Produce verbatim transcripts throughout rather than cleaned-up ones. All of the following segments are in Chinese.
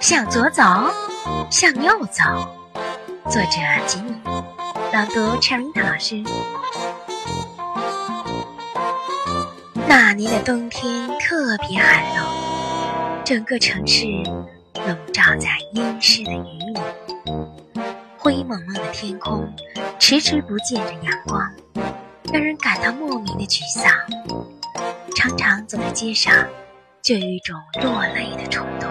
向左走，向右走。作者吉米，朗读 Cherita 老师。那年的冬天特别寒冷，整个城市笼罩在阴湿的雨里，灰蒙蒙的天空迟迟不见着阳光，让人感到莫名的沮丧。常常走在街上，就有一种落泪的冲动。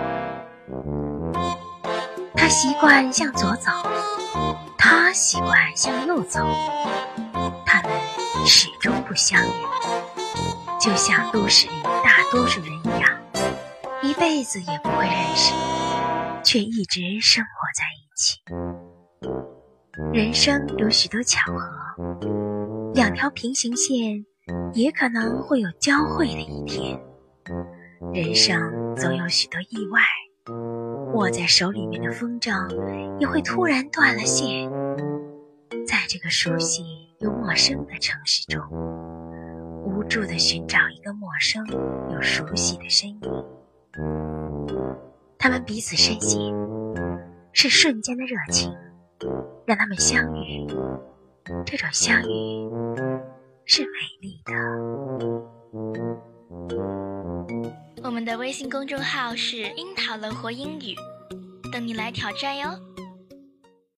他习惯向左走，他习惯向右走，他们始终不相遇，就像都市里大多数人一样，一辈子也不会认识，却一直生活在一起。人生有许多巧合，两条平行线也可能会有交汇的一天。人生总有许多意外，握在手里面的风筝也会突然断了线。在这个熟悉又陌生的城市中，无助地寻找一个陌生又熟悉的身影。他们彼此深信，是瞬间的热情让他们相遇，这种相遇是美丽的。 我们的微信公众号是樱桃乐活英语，等你来挑战哟。